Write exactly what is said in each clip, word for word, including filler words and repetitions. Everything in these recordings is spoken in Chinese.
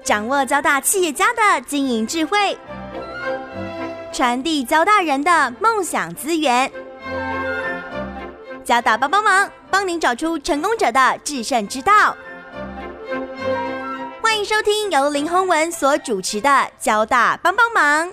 掌握交大企业家的经营智慧，传递交大人的梦想资源。交大帮帮忙，帮您找出成功者的制胜之道。欢迎收听由林宏文所主持的交大帮帮忙。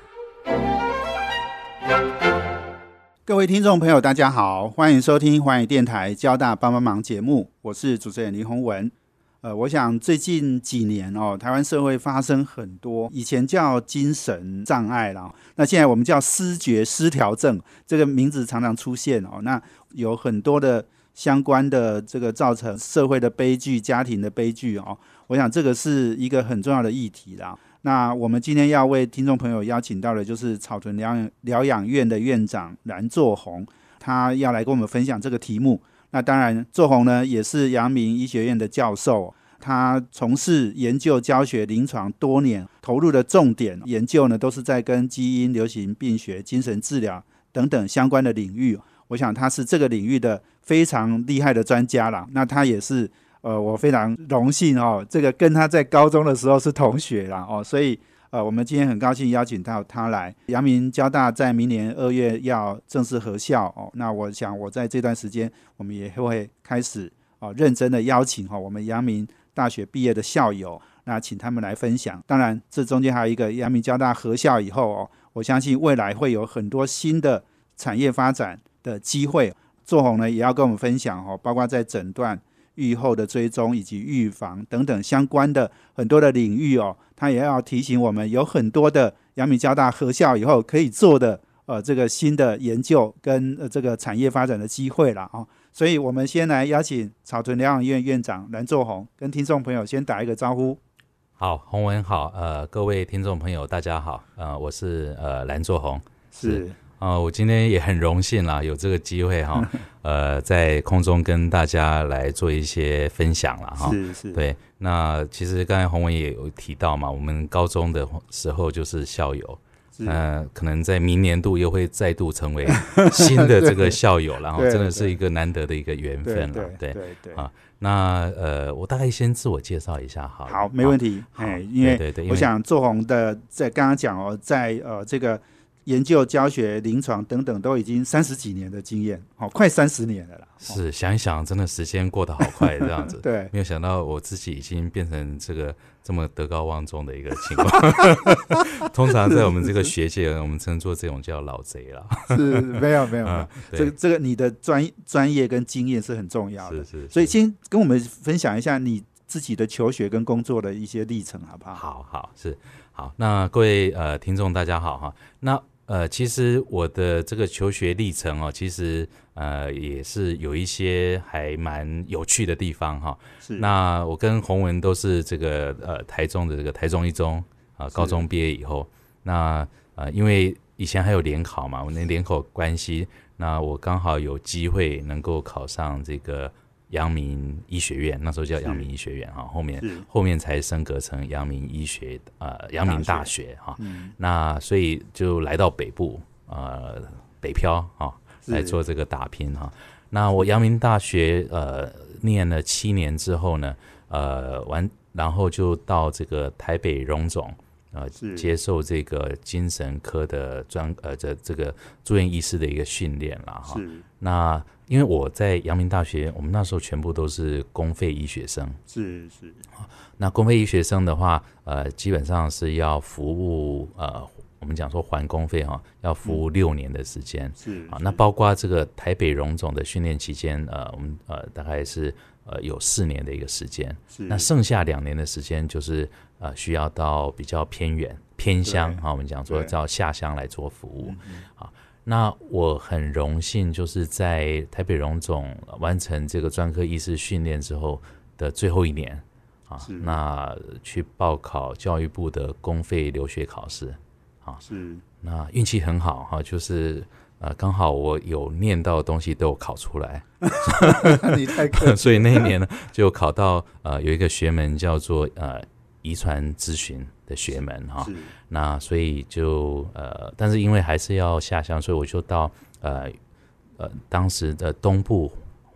各位听众朋友大家好，欢迎收听环宇电台交大帮帮忙节目，我是主持人林宏文。呃，我想最近几年哦，台湾社会发生很多以前叫精神障碍啦，那现在我们叫思觉失调症，这个名字常常出现哦。那有很多的相关的这个造成社会的悲剧、家庭的悲剧哦，我想这个是一个很重要的议题啦。那我们今天要为听众朋友邀请到的就是草屯疗养疗养院的院长蓝作宏，他要来跟我们分享这个题目。那当然作宏呢也是阳明医学院的教授，他从事研究教学临床多年，投入的重点研究呢都是在跟基因、流行病学、精神治疗等等相关的领域。我想他是这个领域的非常厉害的专家啦。那他也是呃，我非常荣幸哦，这个跟他在高中的时候是同学啦哦，所以呃，我们今天很高兴邀请到他来。阳明交大在明年二月要正式合校哦，那我想我在这段时间，我们也会开始哦认真的邀请哦我们阳明大学毕业的校友，那请他们来分享。当然，这中间还有一个阳明交大合校以后哦，我相信未来会有很多新的产业发展的机会。作宏呢也要跟我们分享哦，包括在诊断、预后的追踪以及预防等等相关的很多的领域哦，他也要提醒我们有很多的阳明交大合校以后可以做的呃这个新的研究跟、呃、这个产业发展的机会啦哦。所以我们先来邀请草屯疗养院院长蓝作宏跟听众朋友先打一个招呼。 好，宏文好，呃，各位听众朋友大家好，呃，我是呃蓝作宏，是呃，我今天也很荣幸啦，有这个机会哈，呃，在空中跟大家来做一些分享啦哈。 是是， 对。那其实刚才宏文也有提到嘛，我们高中的时候就是校友。呃，可能在明年度又会再度成为新的这个校友，然后真的是一个难得的一个缘分了，对对对啊。那呃，我大概先自我介绍一下好了。 好，没问题。哎，因为我想作宏的在刚刚讲哦，在呃这个研究、教学、临床等等都已经三十几年的经验，哦，快三十年了啦。 是，想一想，真的时间过得好快，这样子。 对， 没有想到我自己已经变成这个这么德高望重的一个情况。通常在我们这个学界，我们称作这种叫老贼啦。 是，没有没有没有，嗯、这个这个你的专专业跟经验是很重要的。是 是, 是，所以先跟我们分享一下你自己的求学跟工作的一些历程，好不好？ 好好是好。那各位呃听众大家好哈。那呃，其实我的这个求学历程哦，其实呃也是有一些还蛮有趣的地方哈。是。那我跟宏文都是这个呃台中的这个台中一中啊、呃，高中毕业以后，那呃因为以前还有联考嘛，我那联考关系，那我刚好有机会能够考上这个阳明医学院，那时候叫阳明医学院哈，后面后面才升格成阳明医学呃阳明大学哈、嗯。那所以就来到北部呃北漂哈，来做这个打拼哈。那我阳明大学呃念了七年之后呢，呃完然后就到这个台北荣总呃接受这个精神科的专呃这这个住院医师的一个训练啦哈。那因为我在阳明大学，我们那时候全部都是公费医学生，是是。那公费医学生的话，呃，基本上是要服务呃，我们讲说还公费哈，要服务六年的时间、嗯，是啊。那包括这个台北荣总的训练期间，呃，我们呃大概是呃有四年的一个时间，那剩下两年的时间就是呃需要到比较偏远偏乡啊，我们讲说到下乡来做服务啊。那我很荣幸，就是在台北荣总完成这个专科医师训练之后的最后一年啊，那去报考教育部的公费留学考试啊，是那运气很好哈、啊，就是呃刚好我有念到的东西都有考出来， 你太客气了， 所以那一年呢就考到呃有一个学门叫做呃遗传咨询的学门哈，那所以就呃，但是因为还是要下乡，所以我就到呃呃当时的东部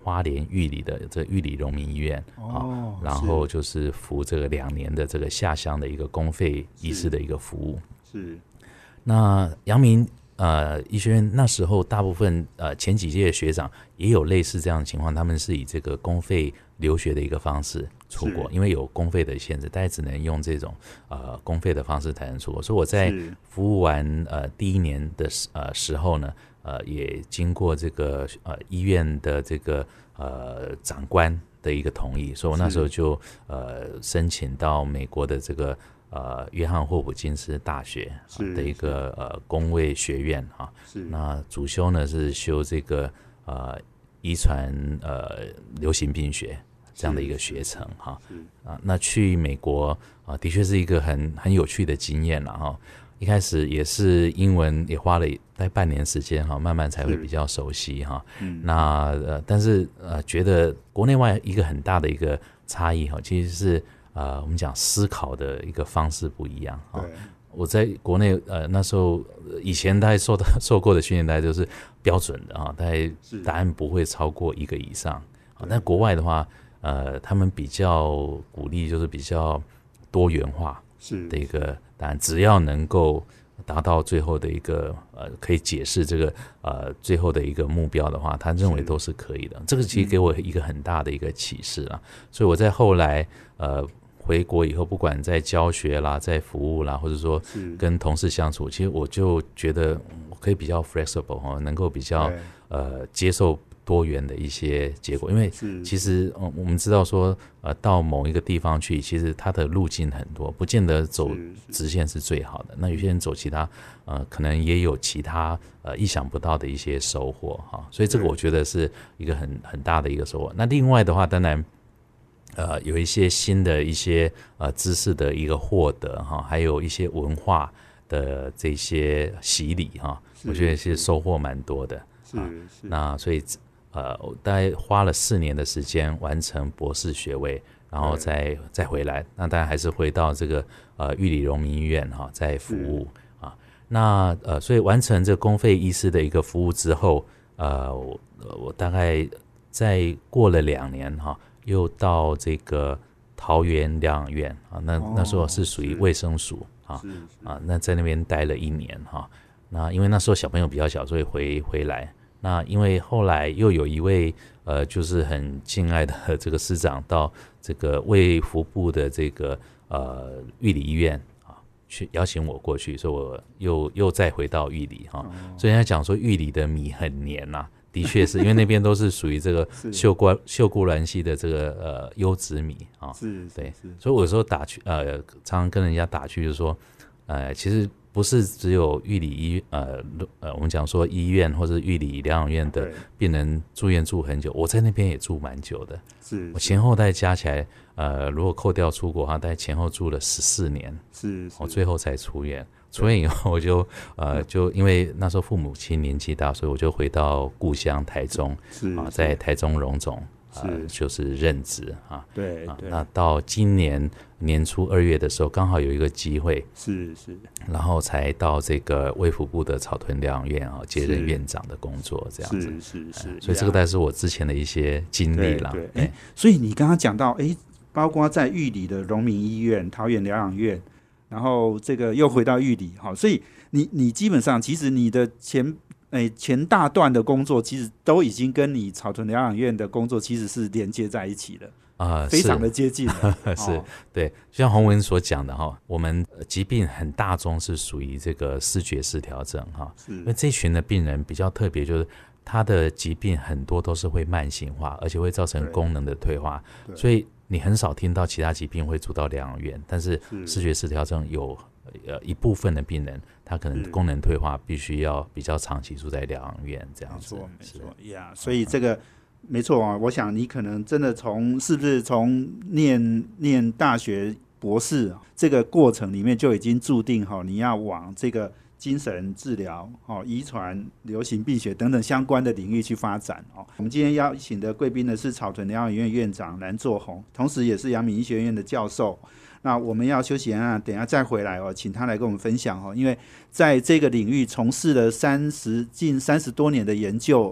花莲玉里的这玉里荣民医院、 哦啊、然后就是服这个两年的这个下乡的一个公费医师的一个服务。 是， 那阳明呃医学院那时候大部分呃前几届的学长也有类似这样的情况，他们是以这个公费留学的一个方式出国，因为有公费的限制，大家只能用这种呃公费的方式才能出国。所以我在服务完呃第一年的呃时候呢，呃也经过这个呃医院的这个呃长官的一个同意，所以我那时候就呃申请到美国的这个呃约翰霍普金斯大学、啊、的一个呃公卫学院啊，那主修呢是修这个呃遗传呃流行病学这样的一个学程哈啊，那去美国啊的确是一个很很有趣的经验了哈。一开始也是英文也花了大概半年时间哈，慢慢才会比较熟悉哈。嗯、那呃，但是呃，觉得国内外一个很大的一个差异哈，其实是呃，我们讲思考的一个方式不一样哈。我在国内呃那时候以前大概受的受过的训练大概就是标准的啊，大概答案不会超过一个以上。但国外的话，呃，他们比较鼓励就是比较多元化的一个答案，只要能够达到最后的一个呃可以解释这个呃最后的一个目标的话，他认为都是可以的。这个其实给我一个很大的一个启示啊，所以我在后来呃。回国以后，不管在教学啦，在服务啦，或者说跟同事相处，其实我就觉得我可以比较 flexible 能够比较呃接受多元的一些结果。因为其实、呃、我们知道说，呃，到某一个地方去，其实它的路径很多，不见得走直线是最好的。那有些人走其他，呃，可能也有其他呃意想不到的一些收获哈。所以这个我觉得是一个很很大的一个收获。那另外的话，当然。呃，有一些新的一些呃知识的一个获得哈，还有一些文化的这些洗礼哈，我觉得是收获蛮多的。是、啊、是。那所以呃，我大概花了四年的时间完成博士学位，然后再再回来。那当然还是回到这个呃玉里荣民医院哈，在服务啊。那呃，所以完成这个公费医师的一个服务之后，呃，我我大概再过了两年哈。又到这个桃园疗养院啊，那那时候是属于卫生署啊啊，那在那边待了一年哈。那因为那时候小朋友比较小，所以回回来。那因为后来又有一位呃，就是很敬爱的这个师长到这个卫福部的这个呃玉里医院啊，去邀请我过去，所以我又又再回到玉里哈。所以人家讲说玉里的米很黏呐、啊。的确是因为那边都是属于这个秀姑秀姑峦系的这个呃优质米啊，是，对，所以我有时候打趣呃，常常跟人家打趣就是说，呃，其实不是只有玉里医呃呃，我们讲说医院或者玉里疗养院的病人住院住很久，我在那边也住蛮久的，是，我前后大概加起来呃，如果扣掉出国的话，大概前后住了十四年，是，我最后才出院。出院以后，我就呃，就因为那时候父母亲年纪大，所以我就回到故乡台中，啊，在台中荣总呃，就是任职啊。对啊，那到今年年初二月的时候，刚好有一个机会，是是，然后才到这个卫福部的草屯疗养院啊，接任院长的工作，这样子，是是是、呃。所以这个大概是我之前的一些经历啦。 对，对，所以你刚刚讲到，哎，包括在玉里的荣民医院、桃园疗养院。然后这个又回到玉里，好，所以你你基本上其实你的前诶前大段的工作，其实都已经跟你草屯疗养院的工作其实是连接在一起的啊、呃，非常的接近的是、哦、对，就像洪文所讲的哈，我们疾病很大宗是属于这个思觉失调症哈，因为这群的病人比较特别，就是他的疾病很多都是会慢性化，而且会造成功能的退化，所以你很少听到其他疾病会住到疗养院，但是思觉失调症有呃一部分的病人，他可能功能退化，必须要比较长期住在疗养院这样子。没错，没错呀。所以这个、嗯、没错啊，我想你可能真的从是不是从念念大学博士这个过程里面就已经注定哈，你要往这个精神治疗、遗传、流行病学等等相关的领域去发展。我们今天邀请的贵宾呢是草屯疗养院院长蓝作宏，同时也是阳明医学院的教授。那我们要休息啊，等一下再回来哦，请他来跟我们分享哦。因为在这个领域从事了三十近三十多年的研究，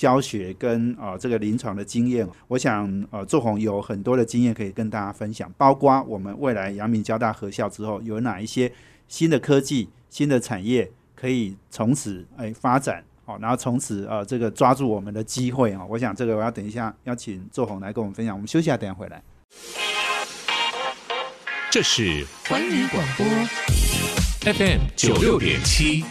教学跟呃这个临床的经验，我想呃作宏有很多的经验可以跟大家分享，包括我们未来阳明交大合校之后有哪一些新的科技、新的产业可以从此哎发展。哦，然后从此呃这个抓住我们的机会哦，我想这个我要等一下邀请作宏来跟我们分享。我们休息一下，等一下回来。 这是环宇广播 F M 九六点七。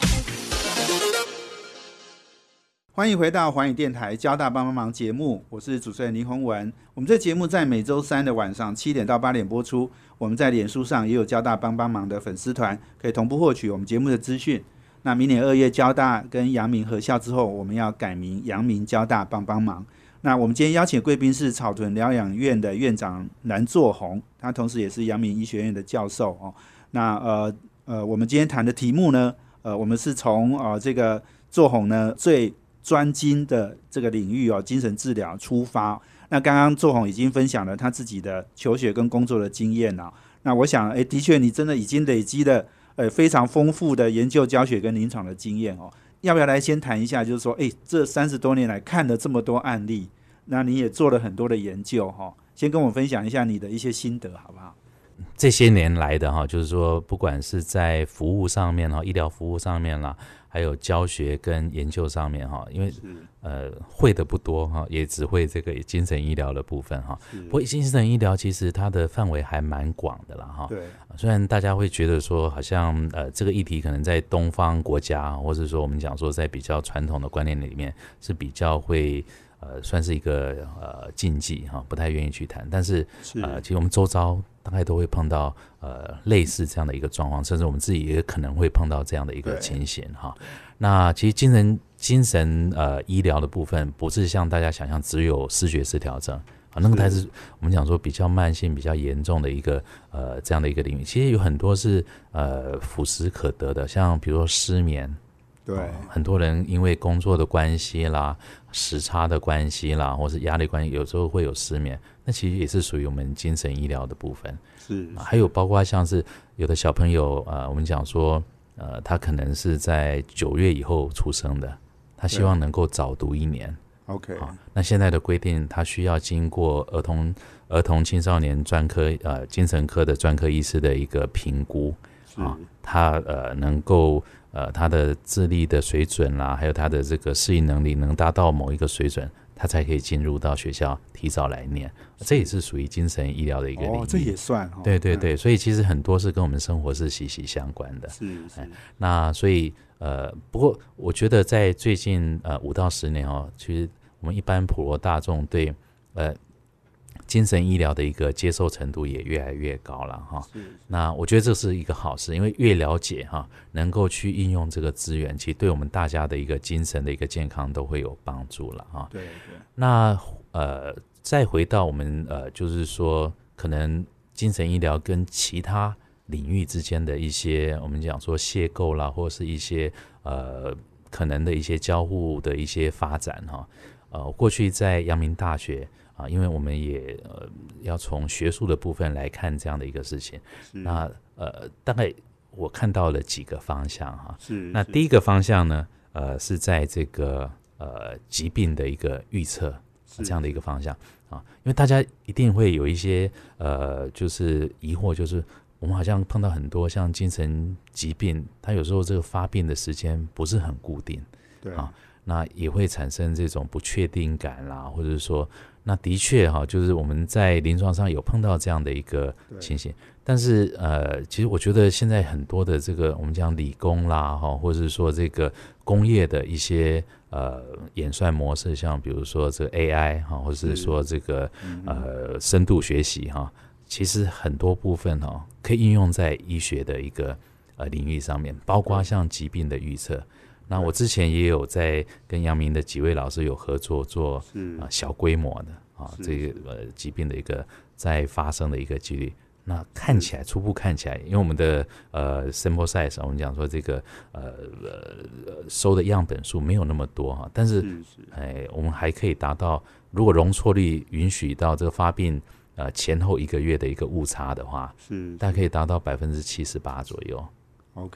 欢迎回到环宇电台交大帮帮忙节目，我是主持人林宏文。我们这节目在每周三的晚上七点到八点播出。我们在脸书上也有交大帮帮忙的粉丝团，可以同步获取我们节目的资讯。那明年二月交大跟阳明合校之后，我们要改名阳明交大帮帮忙。那我们今天邀请的贵宾是草屯疗养院的院长蓝作宏，他同时也是阳明医学院的教授哦。那呃呃，我们今天谈的题目呢，呃，我们是从呃这个作宏呢最专精的这个领域哦，精神治疗出发。那刚刚作宏已经分享了他自己的求学跟工作的经验啊。那我想，哎，的确你真的已经累积了呃非常丰富的研究教学跟临床的经验哦。要不要来先谈一下，就是说，哎，这三十多年来看了这么多案例，那你也做了很多的研究哈、哦，先跟我分享一下你的一些心得，好不好？ 这些年来的哈，就是说，不管是在服务上面哈，医疗服务上面啦，还有教学跟研究上面哈，因为呃会的不多哈，也只会这个精神医疗的部分哈。不过精神医疗其实它的范围还蛮广的啦哈。对，虽然大家会觉得说，好像呃这个议题可能在东方国家，或者说我们讲说在比较传统的观念里面是比较会。呃，算是一个呃禁忌哈，不太愿意去谈。但是, 是呃，其实我们周遭大概都会碰到呃类似这样的一个状况，甚至我们自己也可能会碰到这样的一个情形哈。那其实精神精神呃医疗的部分，不是像大家想象只有思觉失调症啊，那个才是我们讲说比较慢性、比较严重的一个呃这样的一个领域。其实有很多是呃辅食可得的，像比如说失眠。对、哦，很多人因为工作的关系啦、时差的关系啦，或是压力关系，有时候会有失眠。那其实也是属于我们精神医疗的部分。是，啊、还有包括像是有的小朋友，呃，我们讲说，呃，他可能是在九月以后出生的，他希望能够早读一年。OK， 啊，那现在的规定，他需要经过儿童儿童青少年专科呃精神科的专科医师的一个评估，啊，他呃能够。呃，他的智力的水准啦，还有他的这个适应能力能达到某一个水准，他才可以进入到学校提早来念。这也是属于精神医疗的一个领域。哦， 这也算哦。 对对对，嗯、所以其实很多是跟我们生活是息息相关的。是是。那所以呃，不过我觉得在最近呃五到十年哦，其实我们一般普罗大众对呃。精神医疗的一个接受程度也越来越高了哈，那我觉得这是一个好事，因为越了解哈，能够去应用这个资源，其实对我们大家的一个精神的一个健康都会有帮助了哈。对对。那呃，再回到我们呃，就是说，可能精神医疗跟其他领域之间的一些，我们讲说邂逅啦，或者是一些呃可能的一些交互的一些发展哈。呃，过去在阳明大学。啊，因为我们也呃要从学术的部分来看这样的一个事情，那呃大概我看到了几个方向哈。是。那第一个方向呢，呃是在这个呃疾病的一个预测这样的一个方向啊，因为大家一定会有一些呃就是疑惑，就是我们好像碰到很多像精神疾病，它有时候这个发病的时间不是很固定，对啊，那也会产生这种不确定感啦，或者是说。那的确哈，就是我们在临床上有碰到这样的一个情形，但是呃，其实我觉得现在很多的这个我们讲理工啦哈，或者是说这个工业的一些呃演算模式，像比如说这个 A I 哈，或者是说这个呃深度学习哈，其实很多部分哈可以应用在医学的一个呃领域上面，包括像疾病的预测。那我之前也有在跟阳明的几位老师有合作做啊、呃、小规模的啊这个呃疾病的一个在发生的一个几率。那看起来初步看起来，因为我们的呃 sample size 我们讲说这个呃呃收的样本数没有那么多哈，但是哎我们还可以达到，如果容错率允许到这个发病呃前后一个月的一个误差的话，是大概可以达到百分之七十八左右。OK。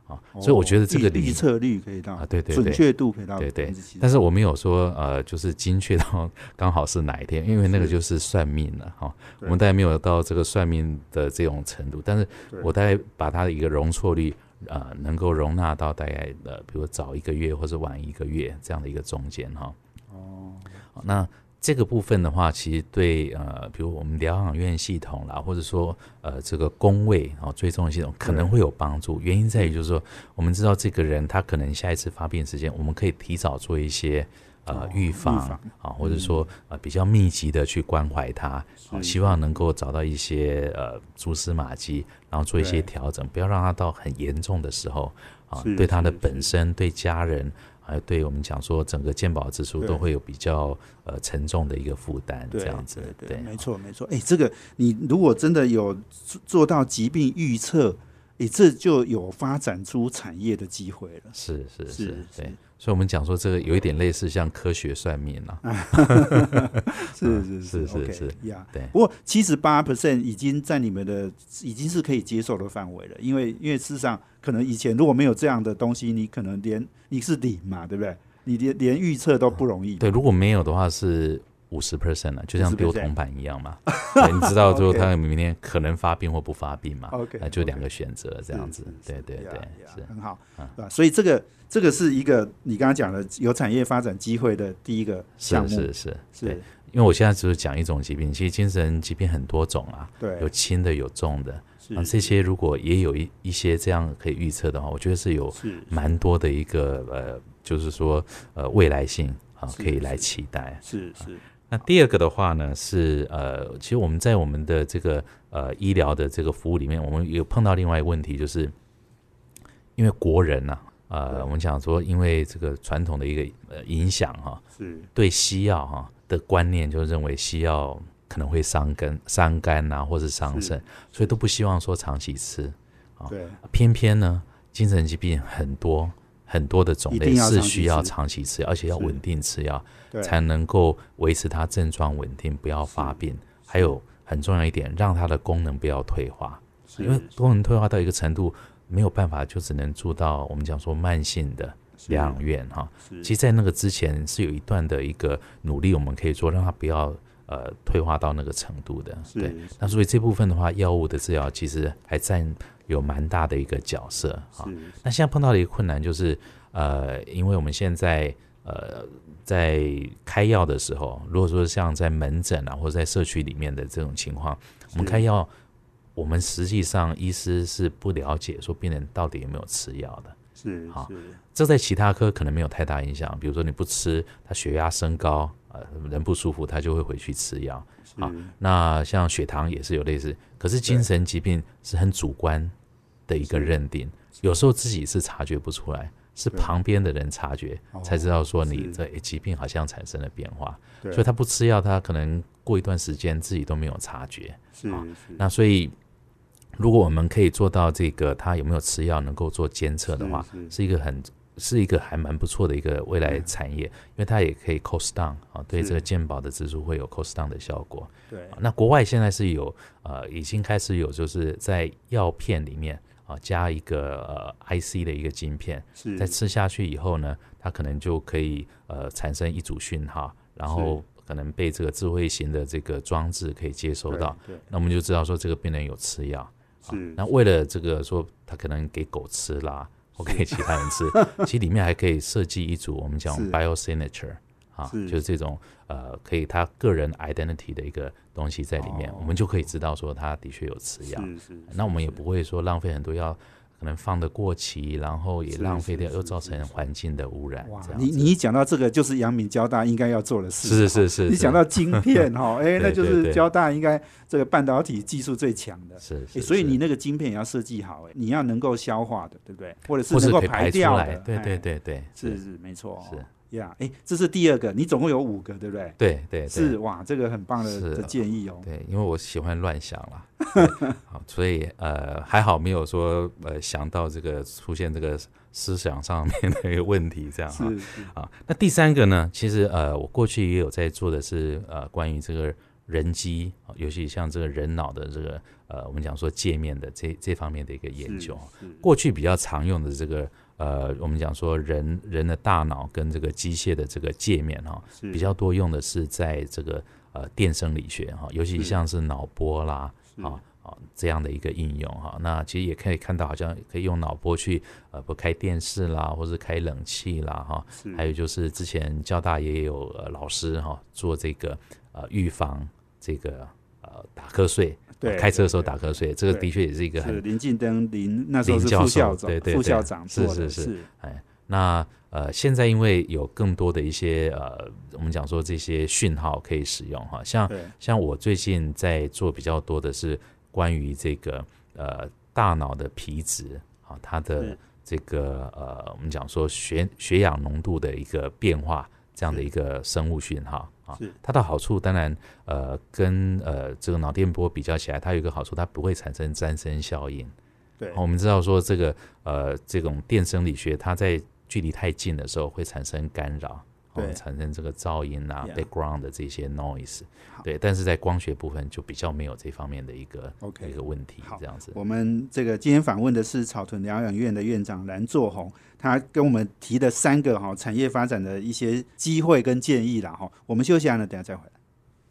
啊，所以我觉得这个预测率可以到啊，对对对， 准确度可以到对对，但是我没有说呃，就是精确到刚好是哪一天，因为那个就是算命了哈。我们大概没有到这个算命的这种程度，但是我大概把它的一个容错率呃，能够容纳到大概呃，比如早一个月或者晚一个月这样的一个中间哈。哦，那。这个部分的话，其实对呃，比如我们疗养院系统啦，或者说呃这个公卫啊、哦、追踪的系统可能会有帮助。原因在于就是说，我们知道这个人他可能下一次发病时间，我们可以提早做一些呃预防啊、哦，或者说呃比较密集的去关怀他，哦、希望能够找到一些呃蛛丝马迹，然后做一些调整，不要让他到很严重的时候啊、哦，对他的本身对家人。还有对我们讲说，整个健保支出都会有比较呃沉重的一个负担，这样子。 对 对, 对，没错没错。哎，这个你如果真的有做到疾病预测，哎，这就有发展出产业的机会了。 是是 是, 是，对。所以我们讲说，这个有一点类似像科学算命啊。 是是是是是呀。对。不过七十八 percent 已经在你们的已经是可以接受的范围了，因为因为事实上。可能以前如果没有这样的东西，你可能连你是零嘛，对不对？你连连预测都不容易。 对，如果没有的话是五十 percent 了，就像丢铜板一样嘛。对，你知道之后他明天可能发病或不发病嘛？ OK， 那就两个选择这样子。对对对，是很好，对吧？所以这个这个是一个你刚刚讲的有产业发展机会的第一个项目， 是是是是。对，因为我现在只是讲一种疾病，其实精神疾病很多种啊，对，有轻的有重的。啊，这些如果也有一一些这样可以预测的话，我觉得是有蛮多的一个呃，就是说呃未来性啊，可以来期待。 是 是, 是、啊。 那第二个的话呢，是呃，其实我们在我们的这个呃医疗的这个服务里面，我们有碰到另外一个问题，就是因为国人呐、啊，呃，我们讲说，因为这个传统的一个呃影响哈、啊，是对西药哈、啊、的观念，就认为西药。可能会伤肝、伤肝啊，或是伤肾，所以都不希望说长期吃。对，偏偏呢，精神疾病很多很多的种类是需要长期吃，而且要稳定吃药，才能够维持它症状稳定，不要发病。还有很重要一点，让它的功能不要退化，因为功能退化到一个程度，没有办法，就只能住到我们讲说慢性的疗养院哈。其实，在那个之前是有一段的一个努力，我们可以做，让它不要。呃，退化到那个程度的，对，那所以这部分的话，药物的治疗其实还占有蛮大的一个角色啊。那现在碰到的一个困难就是，呃，因为我们现在呃在开药的时候，如果说像在门诊啊，或者在社区里面的这种情况，我们开药，我们实际上医师是不了解说病人到底有没有吃药的。 是，好， 这在其他科可能没有太大影响，比如说你不吃，他血压升高。呃，人不舒服，他就会回去吃药啊。那像血糖也是有类似，可是精神疾病是很主观的一个认定，有时候自己是察觉不出来，是旁边的人察觉才知道说你这疾病好像产生了变化，所以他不吃药，他可能过一段时间自己都没有察觉。是，啊、那所以如果我们可以做到这个，他有没有吃药能够做监测的话，是, 是, 是一个很。是一个还蛮不错的一个未来产业，因为它也可以 cost down 啊，对这个健保的支出会有 cost down 的效果。对，那国外现在是有呃，已经开始有就是在药片里面啊加一个呃 I C 的一个晶片，在吃下去以后呢，它可能就可以呃产生一组讯号，然后可能被这个智慧型的这个装置可以接收到，那我们就知道说这个病人有吃药。是，那为了这个说他可能给狗吃啦。我给其他人吃，其实里面还可以设计一组我们讲 biosignature 啊，就是这种呃，可以他个人 identity 的一个东西在里面，哦、我们就可以知道说他的确有吃药。是是是，那我们也不会说浪费很多药，可能放得过期，然后也浪费掉，又造成环境的污染。哇， 你你一讲到这个，就是阳明交大应该要做的事。 是是 是, 是， 你讲到晶片哈，哎，那就是交大应该这个半导体技术最强的。是 是, 是，所以你那个晶片也要设计好，哎，你要能够消化的，对不对？或者是能够排掉的。 对对对对， 是是没错。是。呀，哎，这是第二个，你总共有五个，对不对？ 对对， 是哇，这个很棒的的建议哦。 对，因为我喜欢乱想啦，好，所以呃还好没有说呃想到这个出现这个思想上面的一个问题，这样哈。是是啊，那第三个呢，其实呃我过去也有在做的是呃关于这个人机，尤其像这个人脑的这个呃，我们讲说界面的这这方面的一个研究。过去比较常用的这个呃，我们讲说人人的大脑跟这个机械的这个界面哈，比较多用的是在这个呃电生理学哈，尤其像是脑波啦啊。这样的一个应用哈，那其实也可以看到，好像可以用脑波去呃，不开电视啦，或是开冷气啦哈，还有就是之前交大也有、呃、老师哈做这个呃预防这个呃打瞌睡，对，开车的时候打瞌睡，这个的确也是一个很是林进登林那时候是副校长， 对对对， 副校长做的， 是是是，哎，那呃现在因为有更多的一些呃，我们讲说这些讯号可以使用哈，像像我最近在做比较多的是。关于这个呃大脑的皮质啊，它的这个呃我们讲说血血氧浓度的一个变化，这样的一个生物讯号啊，它的好处当然呃跟呃这个脑电波比较起来，它有一个好处，它不会产生沾生效应。对，我们知道说这个呃这种电生理学，它在距离太近的时候会产生干扰。对，产生这个噪音啊 background 的这些 noise， 对，但是在光学部分就比较没有这方面的一个、okay. 一个问题。这样子， 我们这个今天访问的是草屯疗养院的院长蓝作宏，他跟我们提的三个哈产业发展的一些机会跟建议啦哈。我们休息一下呢，等一下再回来。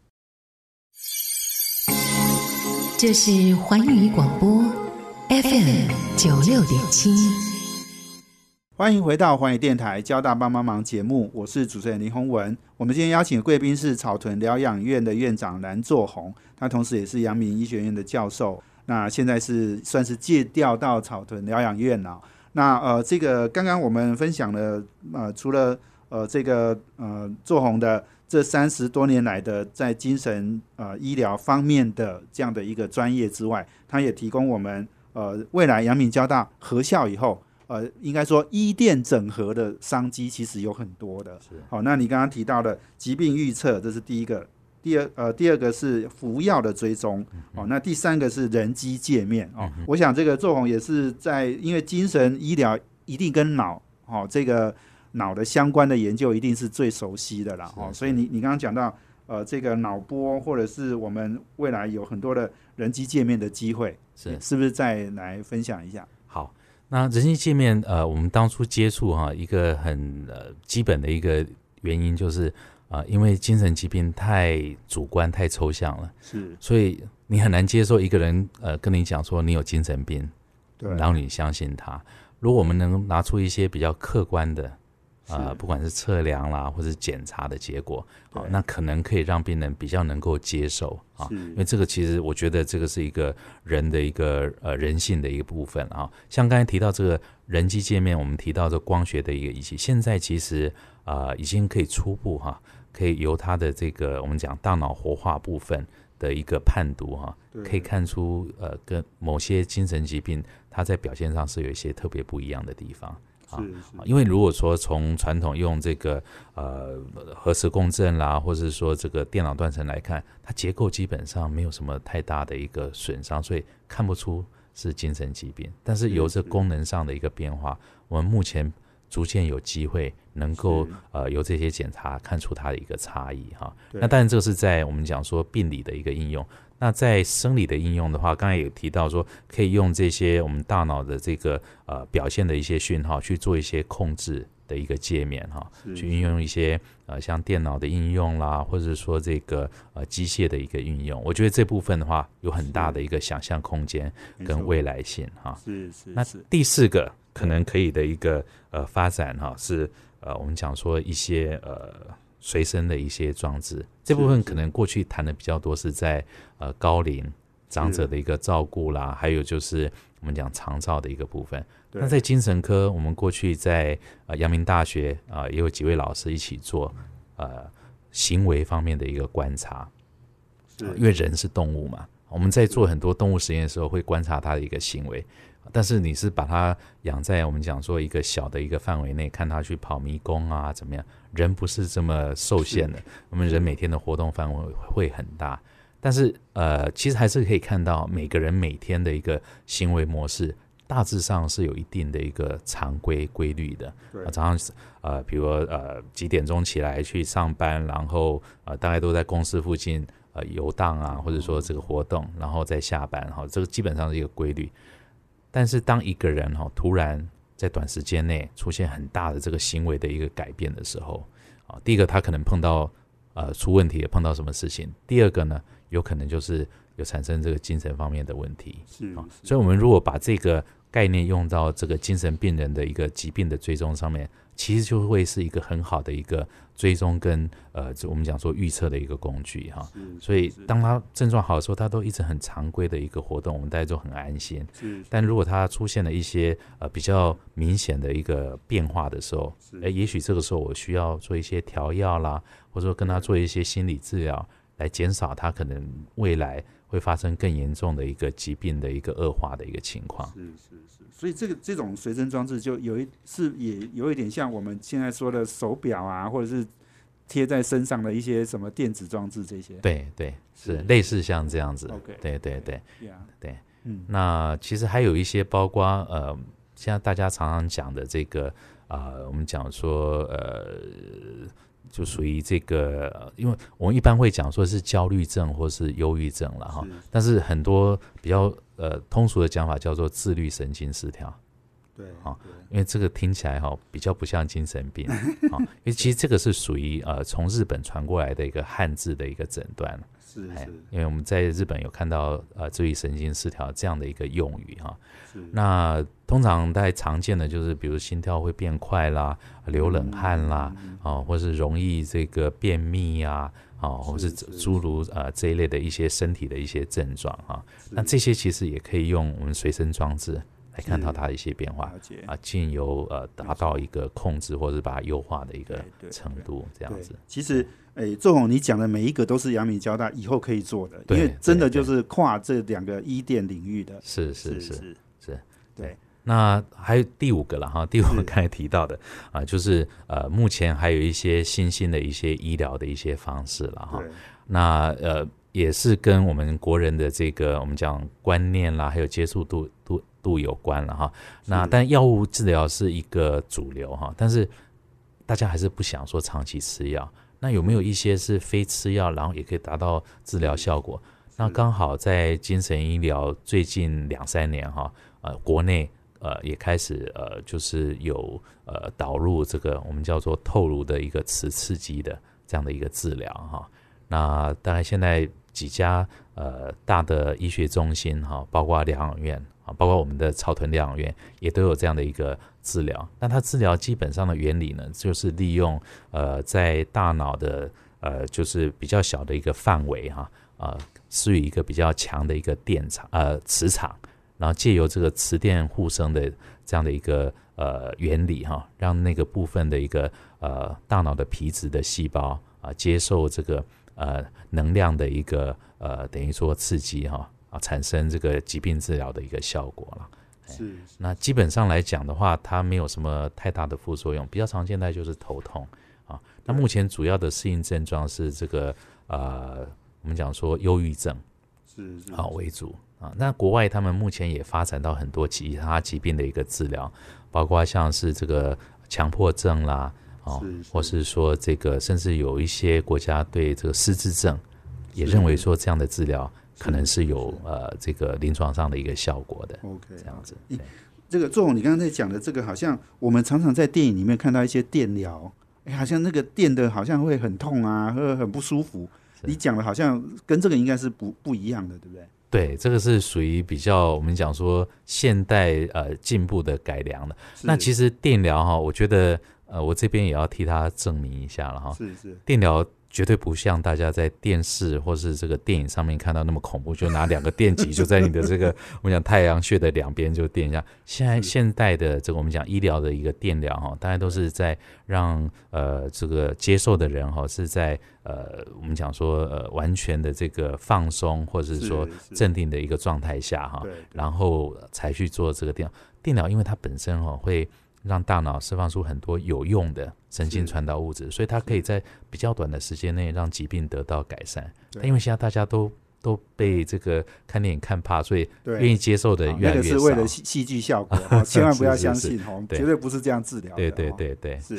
这是环宇广播 F M 九六点七。 欢迎回到环宇电台交大帮帮忙节目，我是主持人林宏文。我们今天邀请的贵宾是草屯疗养院的院长蓝作宏，他同时也是阳明医学院的教授，那现在是算是借调到草屯疗养院了。那呃，这个刚刚我们分享了呃，除了呃这个呃作宏的这三十多年来的在精神呃医疗方面的这样的一个专业之外，他也提供我们呃未来阳明交大合校以后。呃，应该说医电整合的商机其实有很多的。好，那你刚刚提到的疾病预测，这是第一个。第二呃，第二个是服药的追踪。哦，那第三个是人机界面。哦，我想这个作宏也是在，因为精神医疗一定跟脑，哦，这个脑的相关的研究一定是最熟悉的啦。哦，所以你你刚刚讲到呃，这个脑波或者是我们未来有很多的人机界面的机会，是是不是再来分享一下？ 好。那人机界面，呃，我们当初接触哈、啊，一个很呃基本的一个原因就是，啊、呃，因为精神疾病太主观、太抽象了，是，所以你很难接受一个人呃跟你讲说你有精神病，对，然后你相信他。如果我们能拿出一些比较客观的，呃，不管是测量啦，或是检查的结果，啊，那可能可以让病人比较能够接受啊，因为这个其实我觉得这个是一个人的一个呃人性的一个部分啊。像刚才提到这个人机界面，我们提到这光学的一个仪器，现在其实啊、呃、已经可以初步哈、啊，可以由它的这个我们讲大脑活化部分的一个判读哈、啊，可以看出呃跟某些精神疾病它在表现上是有一些特别不一样的地方。是是，因为如果说从传统用这个呃核磁共振啦，或是说这个电脑断层来看，它结构基本上没有什么太大的一个损伤，所以看不出是精神疾病。但是由这功能上的一个变化，我们目前逐渐有机会能够呃由这些检查看出它的一个差异哈。那当然这个是在我们讲说病理的一个应用。那在生理的应用的话，刚才有提到说可以用这些我们大脑的这个呃表现的一些讯号去做一些控制的一个界面哈，去运用一些呃像电脑的应用啦，或者说这个呃机械的一个运用，我觉得这部分的话有很大的一个想象空间跟未来性哈。是是。那第四个可能可以的一个呃发展哈是呃我们讲说一些呃。随身的一些装置，这部分可能过去谈的比较多是在呃高龄长者的一个照顾啦，还有就是我们讲长照的一个部分。那在精神科，我们过去在呃阳明大学啊、呃、也有几位老师一起做呃行为方面的一个观察，呃、因为人是动物嘛，我们在做很多动物实验的时候会观察它的一个行为。但是你是把它养在我们讲说一个小的一个范围内，看它去跑迷宫啊怎么样，人不是这么受限的，我们人每天的活动范围会很大，但是呃，其实还是可以看到每个人每天的一个行为模式大致上是有一定的一个常规规律的。对，早上呃，比如呃几点钟起来去上班，然后呃大概都在公司附近呃游荡啊，或者说这个活动，然后再下班哈，这个基本上是一个规律。但是当一个人哈突然在短时间内出现很大的这个行为的一个改变的时候，啊，第一个他可能碰到呃出问题，碰到什么事情；第二个呢，有可能就是有产生这个精神方面的问题。 是， 啊，所以我们如果把这个概念用到这个精神病人的一个疾病的追踪上面，其实就会是一个很好的一个追踪跟呃，我们讲说预测的一个工具哈。所以当他症状好的时候，他都一直很常规的一个活动，我们大家都很安心。但如果他出现了一些呃比较明显的一个变化的时候，哎，也许这个时候我需要做一些调药啦，或者说跟他做一些心理治疗，来减少他可能未来会发生更严重的一个疾病的一个恶化的一个情况。 是是是，所以这个这种随身装置就有一是也有一点像我们现在说的手表啊，或者是贴在身上的一些什么电子装置这些。 对对，是类似像这样子。 Okay, 对对对 yeah, 对。 嗯， 那其实还有一些包括呃，现在大家常常讲的这个啊、呃，我们讲说呃。就属于这个，因为我们一般会讲说是焦虑症或是忧郁症了哈，但是很多比较呃通俗的讲法叫做自律神经失调。 对， 啊，因为这个听起来哈比较不像精神病啊，因为其实这个是属于呃从日本传过来的一个汉字的一个诊断。 是是， 因为我们在日本有看到呃自律神经失调这样的一个用语哈。那通常大家常见的就是比如心跳会变快啦，流冷汗啦，嗯嗯哦，或是容易这个便秘啊，哦，或是诸如呃这一类的一些身体的一些症状哈。那这些其实也可以用我们随身装置来看到它的一些变化啊，进由呃达到一个控制或是把它优化的一个程度，这样子。 其实，诶，周宏你讲的每一个都是阳明交大以后可以做的，因为真的就是跨这两个医电领域的。 是是是是是， 对。 那还有第五个了哈，第五个刚才提到的啊，就是呃，目前还有一些新兴的一些医疗的一些方式了哈。那呃，也是跟我们国人的这个我们讲观念啦，还有接触度度。度有关了哈，那但药物治疗是一个主流哈，但是大家还是不想说长期吃药。那有没有一些是非吃药，然后也可以达到治疗效果？那刚好在精神医疗最近两三年哈，呃，国内呃也开始呃就是有呃导入这个我们叫做透颅的一个磁刺激的这样的一个治疗哈。那当然现在几家呃大的医学中心哈，包括疗养院。包括我们的草屯疗养院也都有这样的一个治疗，那它治疗基本上的原理呢，就是利用呃在大脑的呃就是比较小的一个范围哈，呃施予一个比较强的一个电场呃磁场，然后借由这个磁电互生的这样的一个呃原理哈，让那个部分的一个呃大脑的皮质的细胞啊、呃、接受这个呃能量的一个呃等于说刺激哈。啊，产生这个疾病治疗的一个效果了。是，那基本上来讲的话，它没有什么太大的副作用，比较常见的就是头痛啊。那目前主要的适应症状是这个呃，我们讲说忧郁症是是啊为主啊。那国外他们目前也发展到很多其他疾病的一个治疗，包括像是这个强迫症啦，哦，或是说这个甚至有一些国家对这个失智症也认为说这样的治疗。可能是有呃这个临床上的一个效果的 ，OK， 这样子。 这个周宏，你刚刚在讲的这个，好像我们常常在电影里面看到一些电疗，哎，好像那个电的好像会很痛啊，会很不舒服。你讲的好像跟这个应该是不不一样的，对不对？ 对，这个是属于比较我们讲说现代呃进步的改良的。那其实电疗哈，我觉得呃我这边也要替他证明一下了哈。是是，电疗。绝对不像大家在电视或是这个电影上面看到那么恐怖，就拿两个电极就在你的这个我们讲太阳穴的两边就电一下。现在现代的这个我们讲医疗的一个电疗哈，大家都是在让呃这个接受的人哈是在呃我们讲说呃完全的这个放松或者是说镇定的一个状态下哈，然后才去做这个电疗。电疗因为它本身哈会。让大脑释放出很多有用的神经传导物质，所以它可以在比较短的时间内让疾病得到改善。但因为现在大家都都被这个看电影看怕，所以愿意接受的越来越少。 那个是为了戏剧效果，千万不要相信哦，绝对不是这样治疗的。 对对对对，是。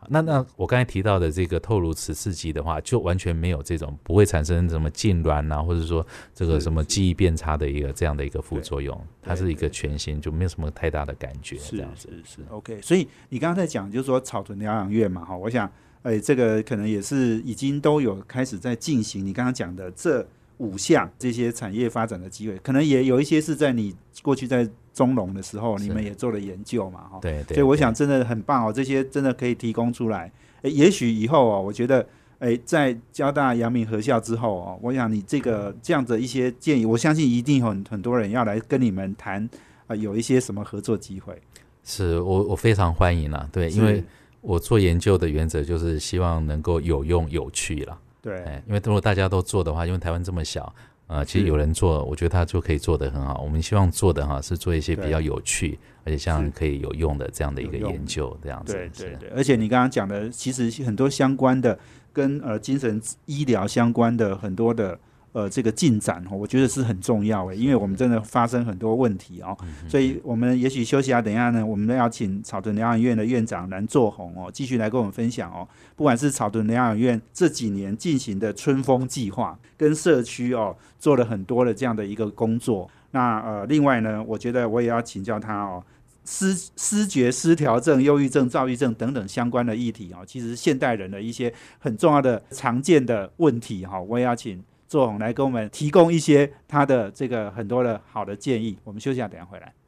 那那我刚才提到的这个透颅磁刺激的话，就完全没有这种不会产生什么痉挛啊，或者说这个什么记忆变差的一个这样的一个副作用，它是一个全新，就没有什么太大的感觉。 是这样子是是 OK。所以你刚刚在讲，就是说草屯疗养院嘛，哈，我想，哎，这个可能也是已经都有开始在进行。你刚刚讲的这五项这些产业发展的机会，可能也有一些是在你过去在中农的时候，你们也做了研究嘛，哈， 对对， 所以我想真的很棒哦，这些真的可以提供出来。诶也许以后哦，我觉得，诶，在交大阳明合校之后哦，我想你这个这样的一些建议，我相信一定有很很多人要来跟你们谈，呃，有一些什么合作机会。 是我我非常欢迎啦，对，因为我做研究的原则就是希望能够有用有趣啦， 对， 因为如果大家都做的话，因为台湾这么小。呃，其实有人做，我觉得他就可以做得很好。我们希望做的哈是做一些比较有趣，而且像可以有用的这样的一个研究，这样子。 对对对，而且你刚刚讲的，其实很多相关的跟呃精神医疗相关的很多的呃这个进展，我觉得是很重要的，因为我们真的发生很多问题哦，嗯、所以我们也许休息一下，等一下呢，我们要请草屯疗养院的院长蓝作宏哦，继续来跟我们分享哦。不管是草屯疗养院这几年进行的春风计划，跟社区哦做了很多的这样的一个工作。那呃，另外呢，我觉得我也要请教他哦，思思觉失调症、忧郁症、躁郁症等等相关的议题哦，其实现代人的一些很重要的常见的问题哈、哦，我也要请作宏来跟我们提供一些他的这个很多的好的建议。我们休息一下，等一下回来。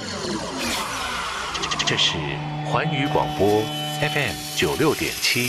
这是环宇广播 F M 九六点七。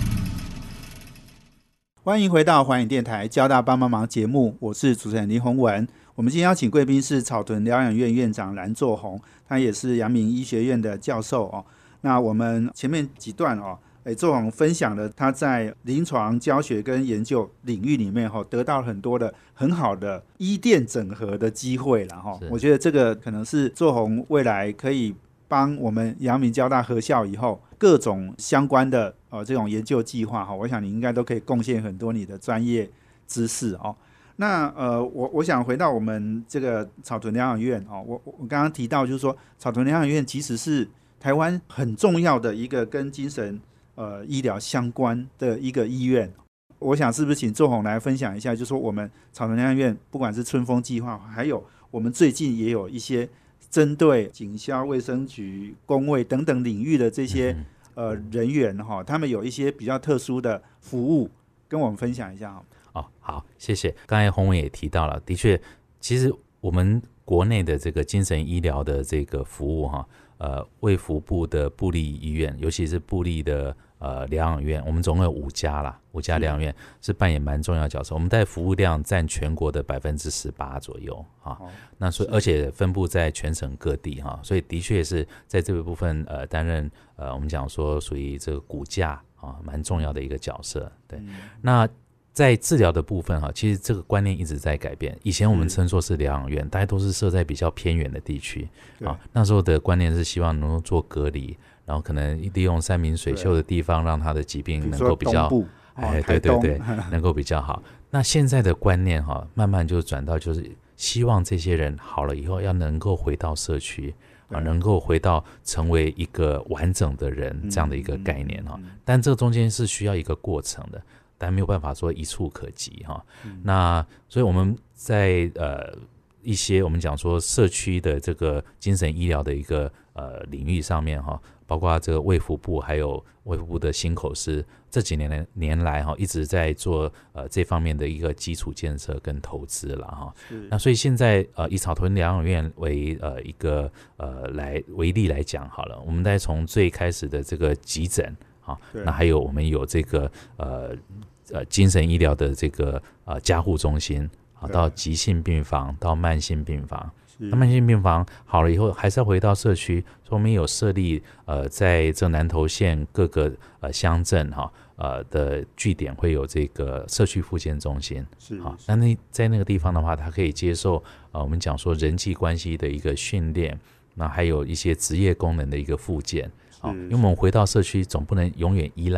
欢迎回到环宇电台交大帮帮忙节目，我是主持人林宏文。我们今天邀请贵宾是草屯疗养院院长蓝作宏，他也是阳明医学院的教授哦。那我们前面几段哦，诶，作宏分享了他在临床教学跟研究领域里面哈、哦，得到很多的很好的医电整合的机会了哈、哦。我觉得这个可能是作宏未来可以帮我们阳明交大合校以后各种相关的呃这种研究计划哈，我想你应该都可以贡献很多你的专业知识哦。那呃，我我想回到我们这个草屯疗养院哦，我我刚刚提到就是说，草屯疗养院其实是台湾很重要的一个跟精神呃医疗相关的一个医院。我想是不是请作宏来分享一下，就是说我们草屯疗养院不管是春风计划，还有我们最近也有一些针对警消、卫生局、公卫等等领域的这些、嗯、呃人员哈，他们有一些比较特殊的服务，跟我们分享一下好吗？ 哦，好，谢谢。刚才宏文也提到了，的确，其实我们国内的这个精神医疗的这个服务哈，呃，卫福部的部立医院，尤其是部立的呃疗养院，我们总共有五家啦，五家疗养院是扮演蛮重要的角色。我们在服务量占全国的百分之十八左右啊、哦，那所以而且分布在全省各地哈、哦，所以的确是在这个部分呃担任呃我们讲说属于这个骨架啊蛮重要的一个角色。对，嗯、那。在治疗的部分哈，其实这个观念一直在改变。以前我们称作是疗养院，大家都是设在比较偏远的地区啊。那时候的观念是希望能够做隔离，然后可能利用山明水秀的地方，让他的疾病能够比较，哎，对对对，能够比较好。那现在的观念哈，慢慢就转到就是希望这些人好了以后，要能够回到社区啊，能够回到成为一个完整的人这样的一个概念哈。但这个中间是需要一个过程的。但没有办法说一触可及哈、嗯，那所以我们在呃一些我们讲说社区的这个精神医疗的一个呃领域上面哈，包括这个卫福部还有卫福部的心口司这几年年来哈一直在做呃这方面的一个基础建设跟投资了哈。那所以现在呃以草屯疗养院为呃一个呃来为例来讲好了，我们再从最开始的这个急诊。那还有我们有这个呃呃精神医疗的这个呃加护中心啊，到急性病房，到慢性病房。那慢性病房好了以后，还是要回到社区。所以我们有设立呃在这南投县各个呃乡镇哈呃的据点会有这个社区复健中心。是好，那那在那个地方的话，它可以接受呃我们讲说人际关系的一个训练，那还有一些职业功能的一个复健。哦、因为我们回到社区，总不能永远依赖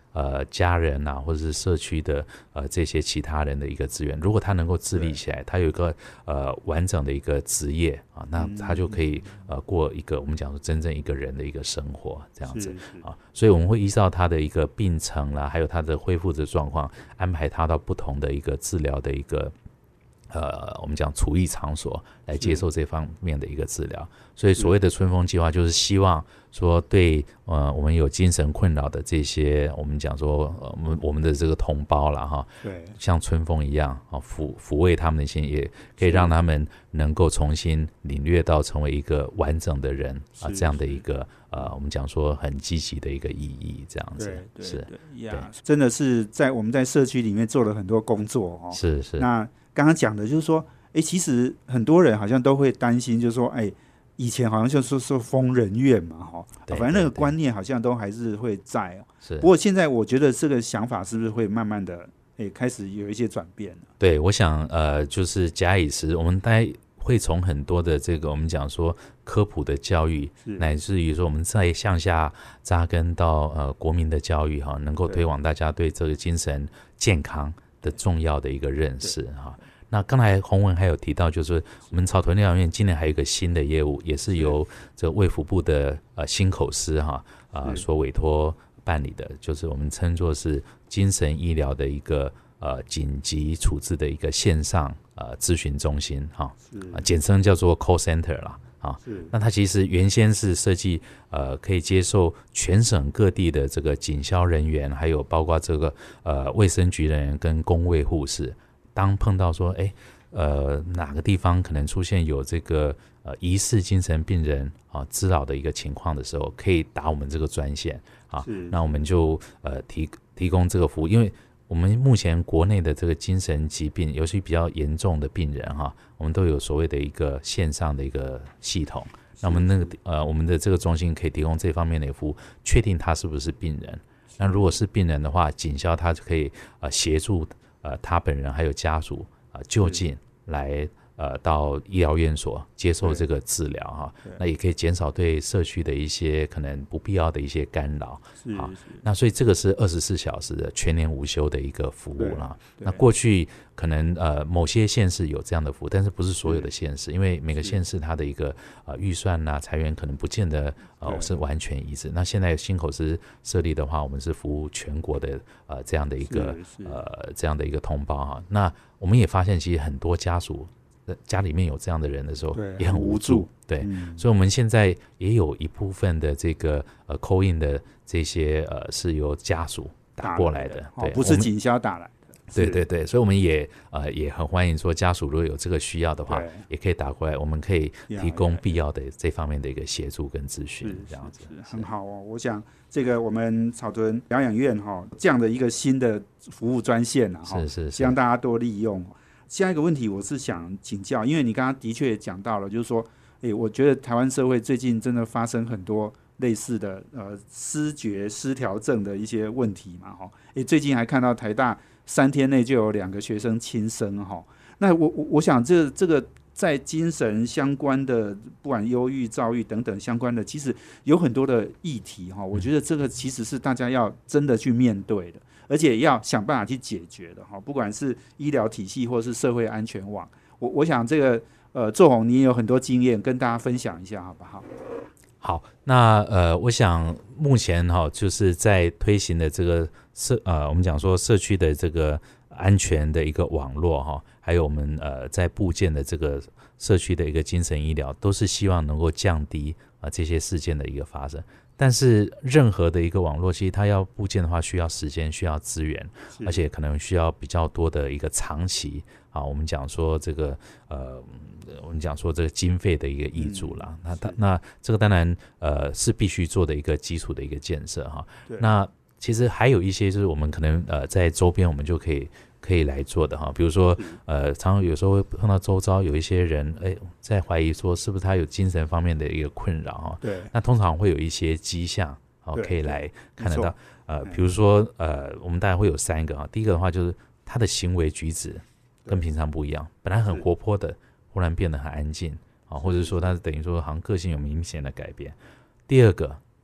呃家人啊，或者是社区的呃这些其他人的一个资源。如果他能够自立起来，他有一个呃完整的一个职业啊，那他就可以呃过一个我们讲说真正一个人的一个生活这样子啊。所以我们会依照他的一个病程啦，还有他的恢复的状况，安排他到不同的一个治疗的一个。呃，我们讲处役场所来接受这方面的一个治疗，所以所谓的春风计划就是希望说对呃我们有精神困扰的这些，我们讲说呃我们我们的这个同胞啦哈，对，像春风一样啊抚抚慰他们的心，也可以让他们能够重新领略到成为一个完整的人啊这样的一个呃我们讲说很积极的一个意义，这样子对对是对呀，真的是在我们在社区里面做了很多工作哦， 是是那。刚刚讲的就是说，哎，其实很多人好像都会担心，就是说，哎，以前好像就是说疯人院嘛，哈，反正那个观念好像都还是会在哦。是。不过现在我觉得这个想法是不是会慢慢的，哎，开始有一些转变了？ 对，我想，呃，就是假以时，我们大概会从很多的这个我们讲说科普的教育，乃至于说我们再向下扎根到呃国民的教育哈，能够推广大家对这个精神健康的重要的一个认识哈。那刚才洪文还有提到，就是我们草屯疗养院今年还有一个新的业务，也是由这个卫福部的呃心口司哈啊、呃、所委托办理的，就是我们称作是精神医疗的一个呃紧急处置的一个线上呃咨询中心哈，啊简称叫做 call center 啦。啊，那它其实原先是设计，呃，可以接受全省各地的这个警消人员，还有包括这个呃卫生局人员跟公卫护士，当碰到说，哎，呃，哪个地方可能出现有这个呃疑似精神病人啊滋扰的一个情况的时候，可以打我们这个专线啊，那我们就呃提提供这个服务，因为我们目前国内的这个精神疾病，尤其比较严重的病人哈，我们都有所谓的一个线上的一个系统。那我们那个呃，我们的这个中心可以提供这方面的服务，确定他是不是病人。那如果是病人的话，警消他就可以呃协助呃他本人还有家属啊、呃、就近来呃到医疗院所接受这个治疗哈，那也可以减少对社区的一些可能不必要的一些干扰。好，那所以这个是二十四小时的全年无休的一个服务啦。那过去可能呃某些县市有这样的服务，但是不是所有的县市，因为每个县市它的一个呃预算啊财源可能不见得呃是完全一致。那现在新口司设立的话，我们是服务全国的呃这样的一个呃这样的一个同胞哈。那我们也发现其实很多家属家里面有这样的人的时候也很无助，对、嗯，所以我们现在也有一部分的这个呃 call in 的这些呃是由家属打过来的， 来的对、哦，不是警消打来的。 对对对，所以我们也呃也很欢迎说家属如果有这个需要的话，也可以打过来，我们可以提供必要的这方面的一个协助跟咨询，这样子很好哦。我想这个我们草屯疗养院哈、哦、这样的一个新的服务专线啊， 是是是， 希望大家多利用。下一个问题我是想请教，因为你刚刚的确讲到了，就是说，诶，我觉得台湾社会最近真的发生很多类似的呃思觉失调症的一些问题嘛，哈，诶，最近还看到台大三天内就有两个学生轻生哈，那我我我想这这个在精神相关的，不管忧郁、躁郁等等相关的，其实有很多的议题哈，我觉得这个其实是大家要真的去面对的。而且要想办法去解决的哈，不管是医疗体系或是社会安全网，我我想这个呃，作宏你也有很多经验，跟大家分享一下好不好？ 好，那呃，我想目前哈，就是在推行的这个社呃，我们讲说社区的这个安全的一个网络哈，还有我们呃在布建的这个社区的一个精神医疗，都是希望能够降低啊、呃、这些事件的一个发生。但是任何的一个网络，其实它要布建的话，需要时间，需要资源，而且可能需要比较多的一个长期啊。我们讲说这个呃，我们讲说这个经费的一个挹注啦。嗯、那那这个当然呃是必须做的一个基础的一个建设哈。那其实还有一些就是我们可能呃在周边我们就可以。可以来做的哈，比如说，呃，常常有时候会碰到周遭有一些人，哎，在怀疑说是不是他有精神方面的一个困扰哈。对。那通常会有一些迹象，好，可以来看得到。呃，比如说，呃，我们大概会有三个哈。第一个的话就是他的行为举止跟平常不一样，本来很活泼的，忽然变得很安静啊，或者说他等于说好像个性有明显的改变。第二个，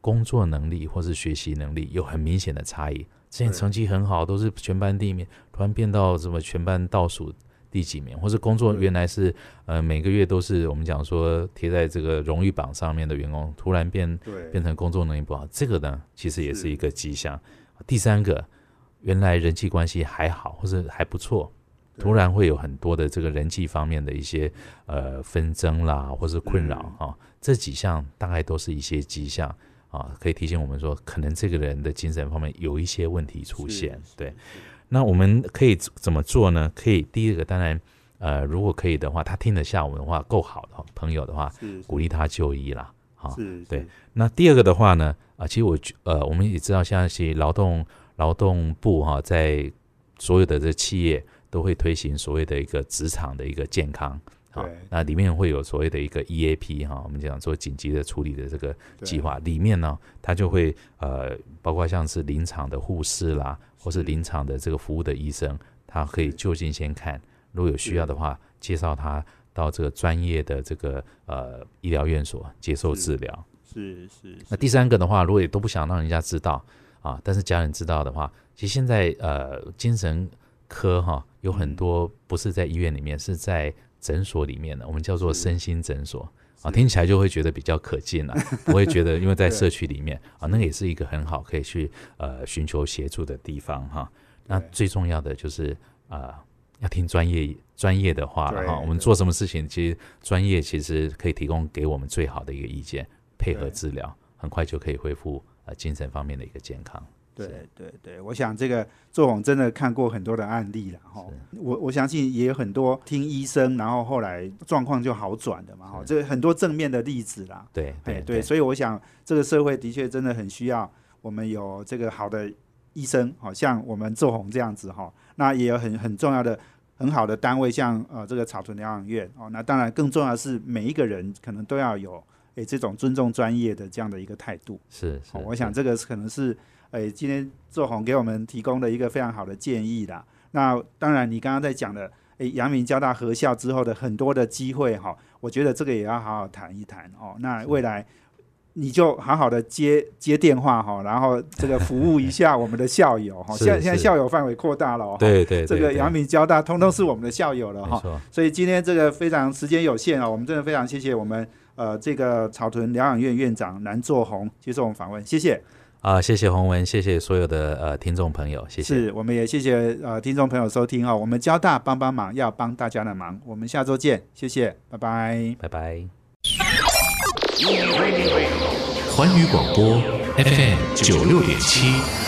工作能力或是学习能力有很明显的差异。之前成绩很好，都是全班第一名，突然变到什么全班倒数第几名，或是工作原来是呃每个月都是我们讲说贴在这个荣誉榜上面的员工，突然变变成工作能力不好，这个呢其实也是一个迹象。第三个，原来人际关系还好或是还不错，突然会有很多的这个人际方面的一些呃纷争啦，或是困扰啊、哦，这几项大概都是一些迹象啊，可以提醒我们说，可能这个人的精神方面有一些问题出现。对，那我们可以怎么做呢？可以第一个，当然，呃，如果可以的话，他听得下我们的话，够好的朋友的话，鼓励他就医啦。好、哦，对。那第二个的话呢，啊、呃，其实我呃，我们也知道，现在其实劳动劳动部哈、哦，在所有的这企业都会推行所谓的一个职场的一个健康。好，那里面会有所谓的一个 E A P 哈，我们讲说紧急的处理的这个计划，里面呢，它就会呃，包括像是临场的护士啦，或是临场的这个服务的医生，他可以就近先看，如果有需要的话，介绍他到这个专业的这个呃医疗院所接受治疗。 是 是, 是。 那第三个的话，如果也都不想让人家知道啊，但是家人知道的话，其实现在呃精神科哈有很多不是在医院里面，是在诊所里面的，我们叫做身心诊所啊，听起来就会觉得比较可近了、啊，不会觉得因为在社区里面啊，那个也是一个很好可以去呃寻求协助的地方哈。那最重要的就是呃要听专业专业的话了哈。我们做什么事情，其实专业其实可以提供给我们最好的一个意见，配合治疗，很快就可以恢复呃精神方面的一个健康。 对对对，我想这个作宏真的看过很多的案例了哈，我我相信也有很多听医生，然后后来状况就好转的嘛哈，这很多正面的例子啦。 对对 对, 对，所以我想这个社会的确真的很需要我们有这个好的医生，好像我们作宏这样子哈，那也有很很重要的很好的单位，像呃这个草屯疗养院哦，那当然更重要的是每一个人可能都要有诶这种尊重专业的这样的一个态度。 是是、 哦，我想这个可能是。诶，今天作宏给我们提供的一个非常好的建议啦。那当然，你刚刚在讲的，诶，阳明交大合校之后的很多的机会哈，我觉得这个也要好好谈一谈哦。那未来你就好好的接接电话哈，然后这个服务一下我们的校友哈。现在现在校友范围扩大了哦， 对 对, 对, 对， 这个阳明交大通通是我们的校友了哈。所以今天这个非常时间有限哦，我们真的非常谢谢我们呃这个草屯疗养院院长蓝作宏接受我们访问，谢谢。 啊、呃，谢谢宏文，谢谢所有的呃听众朋友，谢谢。 是，我们也谢谢呃听众朋友收听哦。我们交大帮帮忙，要帮大家的忙。我们下周见，谢谢，拜拜， 拜拜。 环宇广播 F M 九六点七。